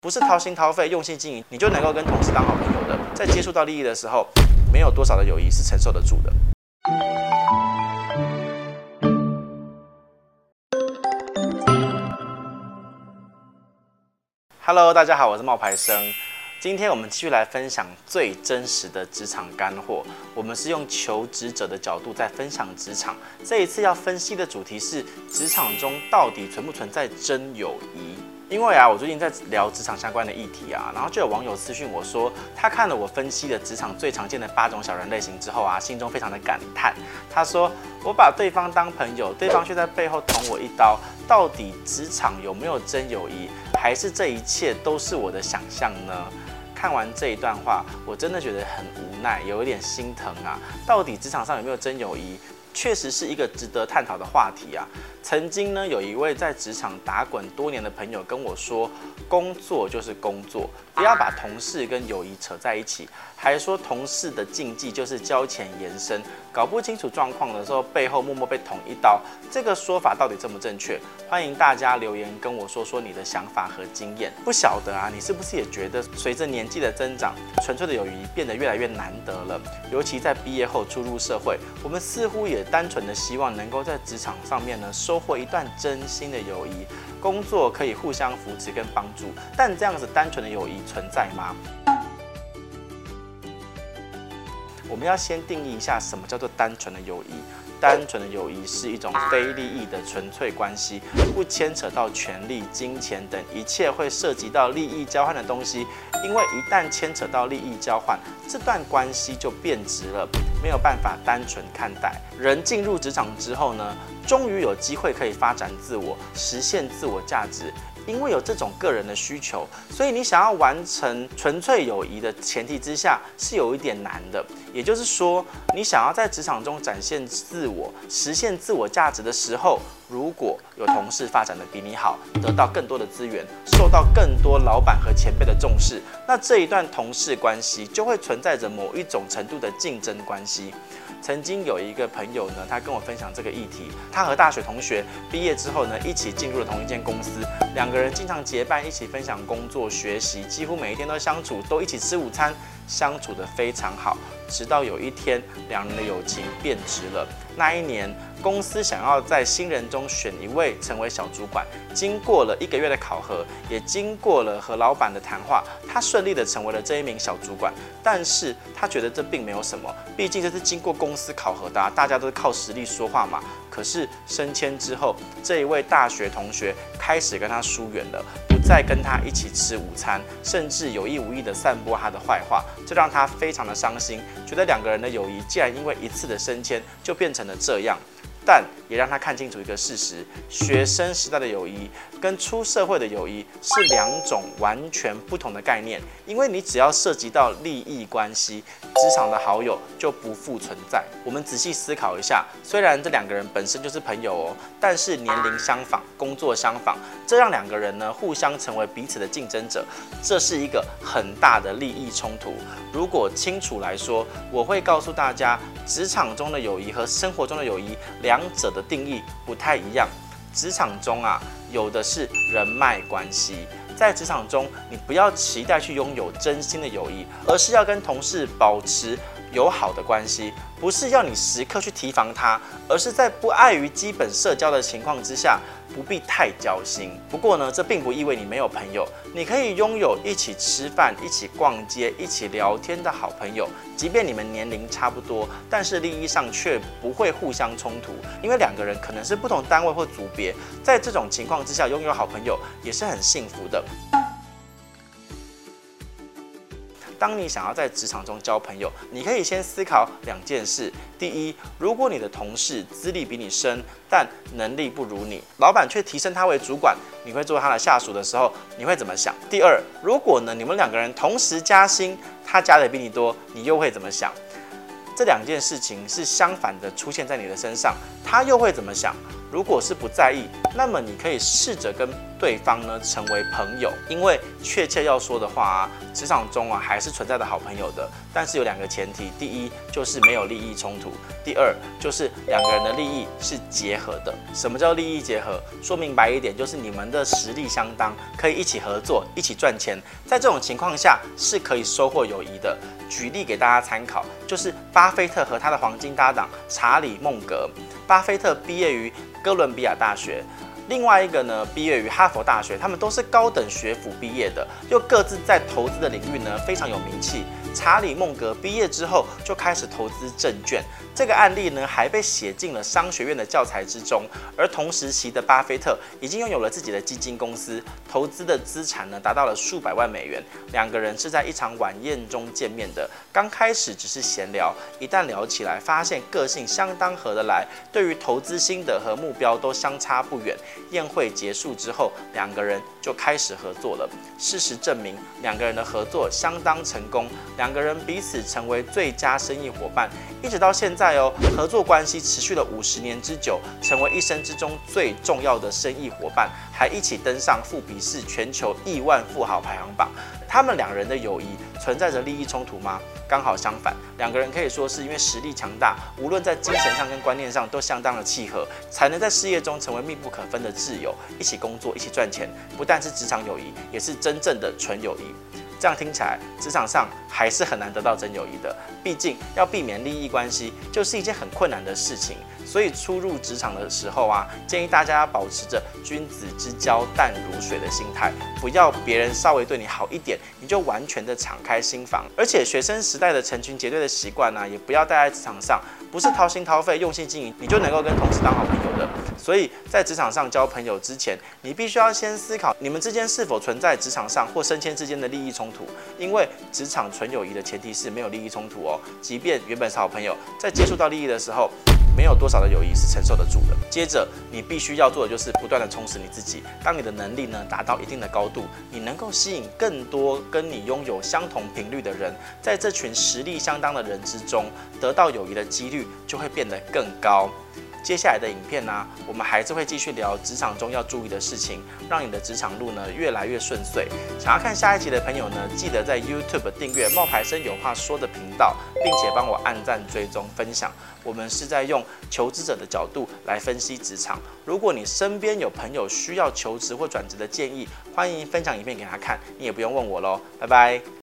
不是掏心掏肺、用心经营，你就能够跟同事当好朋友的。在接触到利益的时候，没有多少的友谊是承受得住的。Hello， 大家好，我是冒牌生。今天我们继续来分享最真实的职场干货。我们是用求职者的角度在分享职场。这一次要分析的主题是职场中到底存不存在真友谊？因为我最近在聊职场相关的议题然后就有网友私讯我说，他看了我分析的职场最常见的8种小人类型之后心中非常的感叹。他说，我把对方当朋友，对方却在背后捅我一刀，到底职场有没有真友谊，还是这一切都是我的想象呢？看完这一段话，我真的觉得很无奈，有一点心疼到底职场上有没有真友谊？确实是一个值得探讨的话题曾经呢，有一位在职场打滚多年的朋友跟我说，工作就是工作，不要把同事跟友谊扯在一起，还说同事的禁忌就是交钱延伸，搞不清楚状况的时候，背后默默被捅一刀。这个说法到底正不正确？欢迎大家留言跟我说说你的想法和经验。不晓得你是不是也觉得随着年纪的增长，纯粹的友谊变得越来越难得了？尤其在毕业后出入社会，我们似乎也单纯的希望能够在职场上面呢收获一段真心的友谊，工作可以互相扶持跟帮助，但这样子单纯的友谊存在吗？我们要先定义一下什么叫做单纯的友谊。单纯的友谊是一种非利益的纯粹关系，不牵扯到权力、金钱等一切会涉及到利益交换的东西。因为一旦牵扯到利益交换，这段关系就变质了，没有办法单纯看待。人进入职场之后呢，终于有机会可以发展自我，实现自我价值。因为有这种个人的需求，所以你想要完成纯粹友谊的前提之下是有一点难的。也就是说，你想要在职场中展现自我、实现自我价值的时候，如果有同事发展的比你好，得到更多的资源，受到更多老板和前辈的重视，那这一段同事关系就会存在着某一种程度的竞争关系。曾经有一个朋友呢，他跟我分享这个议题，他和大学同学毕业之后呢，一起进入了同一间公司，两个人经常结伴一起分享工作、学习，几乎每一天都相处，都一起吃午餐，相处得非常好。直到有一天，两人的友情变质了。那一年，公司想要在新人中选一位成为小主管，经过了1个月的考核，也经过了和老板的谈话，他顺利的成为了这一名小主管。但是他觉得这并没有什么，毕竟这是经过公司考核的大家都是靠实力说话嘛。可是升迁之后，这一位大学同学开始跟他疏远了，不再跟他一起吃午餐，甚至有意无意的散播他的坏话，这让他非常的伤心，觉得两个人的友谊竟然因为一次的升迁就变成了这样。但也让他看清楚一个事实，学生时代的友谊跟出社会的友谊是2种完全不同的概念。因为你只要涉及到利益关系，职场的好友就不复存在。我们仔细思考一下，虽然这两个人本身就是朋友但是年龄相仿，工作相仿，这让两个人呢互相成为彼此的竞争者，这是一个很大的利益冲突。如果清楚来说，我会告诉大家，职场中的友谊和生活中的友谊两者的定义不太一样。职场中有的是人脉关系，在职场中你不要期待去拥有真心的友谊，而是要跟同事保持友好的关系，不是要你时刻去提防他，而是在不碍于基本社交的情况之下，不必太交心。不过呢，这并不意味你没有朋友，你可以拥有一起吃饭、一起逛街、一起聊天的好朋友，即便你们年龄差不多，但是利益上却不会互相冲突，因为两个人可能是不同单位或组别，在这种情况之下拥有好朋友也是很幸福的。当你想要在职场中交朋友，你可以先思考2件事。第一，如果你的同事资历比你深，但能力不如你，老板却提升他为主管，你会做他的下属的时候，你会怎么想？第二，如果呢你们2个人同时加薪，他加的比你多，你又会怎么想？这2件事情是相反的出现在你的身上，他又会怎么想？如果是不在意，那么你可以试着跟对方呢成为朋友，因为确切要说的话职场中还是存在的好朋友的，但是有2个前提，第一就是没有利益冲突，第二就是2个人的利益是结合的。什么叫利益结合？说明白一点，就是你们的实力相当，可以一起合作，一起赚钱，在这种情况下是可以收获友谊的。举例给大家参考，就是巴菲特和他的黄金搭档查理孟格。巴菲特毕业于哥伦比亚大学，另外一个呢毕业于哈佛大学，他们都是高等学府毕业的，又各自在投资的领域呢非常有名气。查理孟格毕业之后就开始投资证券，这个案例呢还被写进了商学院的教材之中。而同时期的巴菲特已经拥有了自己的基金公司，投资的资产呢达到了数百万美元。2个人是在一场晚宴中见面的，刚开始只是闲聊，一旦聊起来，发现个性相当合得来，对于投资心得和目标都相差不远。宴会结束之后，2个人就开始合作了。事实证明，2个人的合作相当成功，2个人彼此成为最佳生意伙伴，一直到现在合作关系持续了50年之久，成为一生之中最重要的生意伙伴，还一起登上富比士全球亿万富豪排行榜。他们2人的友谊存在着利益冲突吗？刚好相反，2个人可以说是因为实力强大，无论在精神上跟观念上都相当的契合，才能在事业中成为密不可分的挚友，一起工作，一起赚钱。不但是职场友谊，也是真正的纯友谊。这样听起来，职场上还是很难得到真友谊的。毕竟要避免利益关系，就是一件很困难的事情。所以初入职场的时候建议大家要保持着君子之交淡如水的心态，不要别人稍微对你好一点，你就完全的敞开心房。而且学生时代的成群结队的习惯也不要带在职场上，不是掏心掏肺、用心经营，你就能够跟同事当好朋友的。所以在职场上交朋友之前，你必须要先思考你们之间是否存在职场上或升迁之间的利益冲突。因为职场纯友谊的前提是没有利益冲突即便原本是好朋友，在接触到利益的时候，没有多少的友谊是承受得住的。接着，你必须要做的就是不断的充实你自己。当你的能力呢达到一定的高度，你能够吸引更多跟你拥有相同频率的人，在这群实力相当的人之中，得到友谊的几率就会变得更高。接下来的影片我们还是会继续聊职场中要注意的事情，让你的职场路呢越来越顺遂。想要看下一集的朋友呢，记得在 YouTube 订阅冒牌生有话说的频道，并且帮我按赞、追踪、分享。我们是在用求职者的角度来分析职场。如果你身边有朋友需要求职或转职的建议，欢迎分享影片给他看，你也不用问我咯。拜拜。